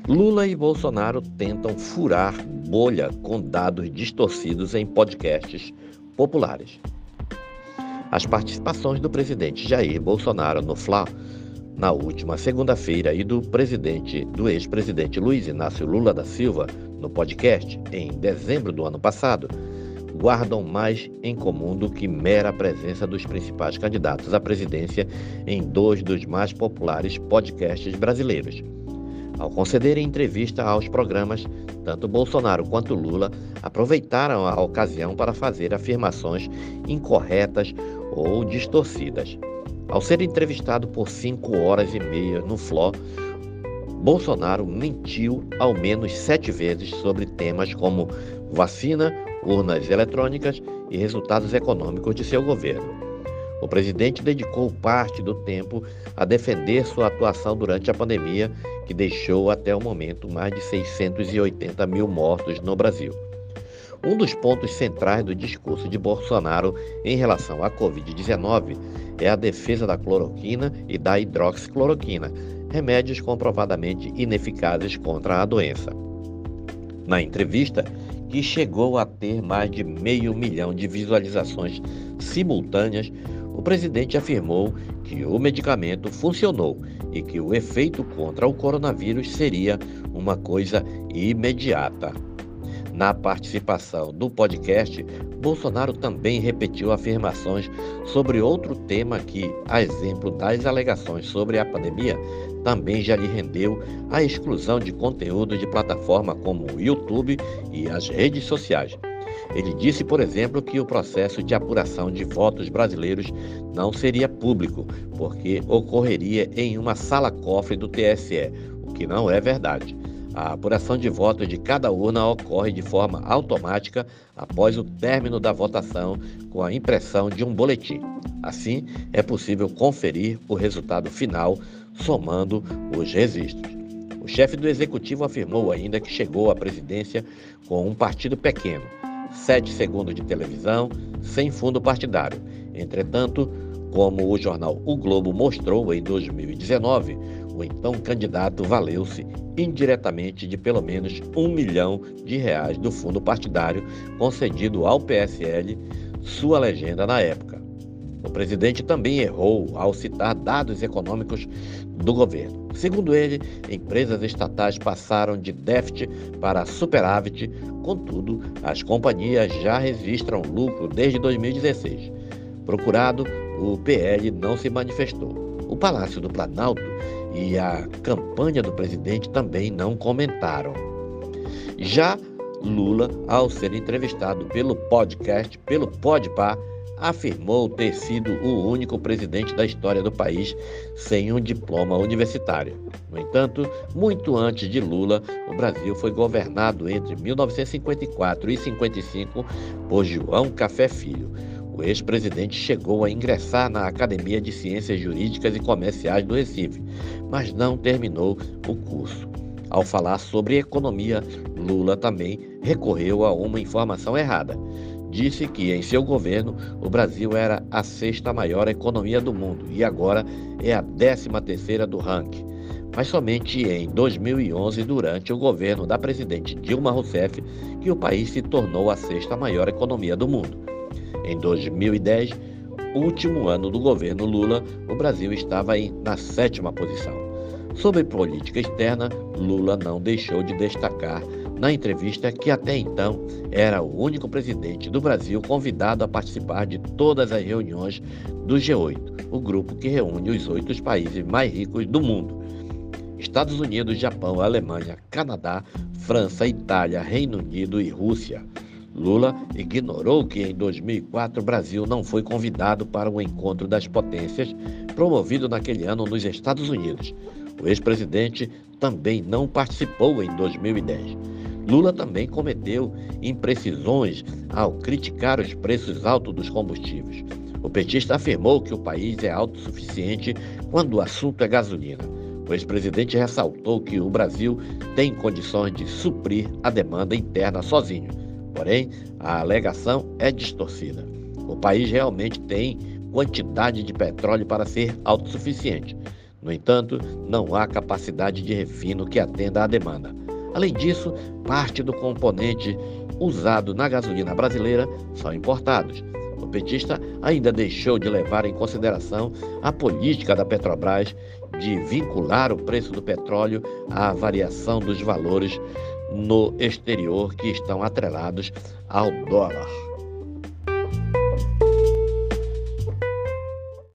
Lula e Bolsonaro tentam furar bolha com dados distorcidos em podcasts populares. As participações do presidente Jair Bolsonaro no Fla na última segunda-feira e do ex-presidente Luiz Inácio Lula da Silva no podcast em dezembro do ano passado guardam mais em comum do que mera presença dos principais candidatos à presidência em dois dos mais populares podcasts brasileiros. Ao concederem entrevista aos programas, tanto Bolsonaro quanto Lula aproveitaram a ocasião para fazer afirmações incorretas ou distorcidas. Ao ser entrevistado por 5 horas e meia no Fla, Bolsonaro mentiu ao menos 7 vezes sobre temas como vacina, urnas eletrônicas e resultados econômicos de seu governo. O presidente dedicou parte do tempo a defender sua atuação durante a pandemia, que deixou até o momento mais de 680 mil mortos no Brasil. Um dos pontos centrais do discurso de Bolsonaro em relação à Covid-19 é a defesa da cloroquina e da hidroxicloroquina, remédios comprovadamente ineficazes contra a doença. Na entrevista, que chegou a ter mais de 500 mil de visualizações simultâneas, o presidente afirmou que o medicamento funcionou e que o efeito contra o coronavírus seria uma coisa imediata. Na participação do podcast, Bolsonaro também repetiu afirmações sobre outro tema que, a exemplo das alegações sobre a pandemia, também já lhe rendeu a exclusão de conteúdo de plataforma como o YouTube e as redes sociais. Ele disse, por exemplo, que o processo de apuração de votos brasileiros não seria público, porque ocorreria em uma sala-cofre do TSE, o que não é verdade. A apuração de votos de cada urna ocorre de forma automática após o término da votação com a impressão de um boletim. Assim, é possível conferir o resultado final somando os registros. O chefe do executivo afirmou ainda que chegou à presidência com um partido pequeno, 7 segundos de televisão, sem fundo partidário. Entretanto, como o jornal O Globo mostrou em 2019, o então candidato valeu-se indiretamente de pelo menos R$1 milhão do fundo partidário concedido ao PSL, sua legenda na época. O presidente também errou ao citar dados econômicos do governo. Segundo ele, empresas estatais passaram de déficit para superávit, contudo, as companhias já registram lucro desde 2016. Procurado, o PL não se manifestou. O Palácio do Planalto e a campanha do presidente também não comentaram. Já Lula, ao ser entrevistado pelo Podpah, afirmou ter sido o único presidente da história do país sem um diploma universitário. No entanto, muito antes de Lula, o Brasil foi governado entre 1954 e 1955 por João Café Filho. O ex-presidente chegou a ingressar na Academia de Ciências Jurídicas e Comerciais do Recife, mas não terminou o curso. Ao falar sobre economia, Lula também recorreu a uma informação errada. Disse que em seu governo o Brasil era a 6ª maior economia do mundo e agora é a 13ª do ranking. Mas somente em 2011, durante o governo da presidente Dilma Rousseff, que o país se tornou a 6ª maior economia do mundo. Em 2010, último ano do governo Lula, o Brasil estava na 7ª posição. Sobre política externa, Lula não deixou de destacar na entrevista que até então era o único presidente do Brasil convidado a participar de todas as reuniões do G8, o grupo que reúne os 8 países mais ricos do mundo: Estados Unidos, Japão, Alemanha, Canadá, França, Itália, Reino Unido e Rússia. Lula ignorou que em 2004 o Brasil não foi convidado para o encontro das potências promovido naquele ano nos Estados Unidos. O ex-presidente também não participou em 2010. Lula também cometeu imprecisões ao criticar os preços altos dos combustíveis. O petista afirmou que o país é autossuficiente quando o assunto é gasolina. O ex-presidente ressaltou que o Brasil tem condições de suprir a demanda interna sozinho. Porém, a alegação é distorcida. O país realmente tem quantidade de petróleo para ser autossuficiente. No entanto, não há capacidade de refino que atenda à demanda. Além disso, parte do componente usado na gasolina brasileira são importados. O petista ainda deixou de levar em consideração a política da Petrobras de vincular o preço do petróleo à variação dos valores no exterior que estão atrelados ao dólar.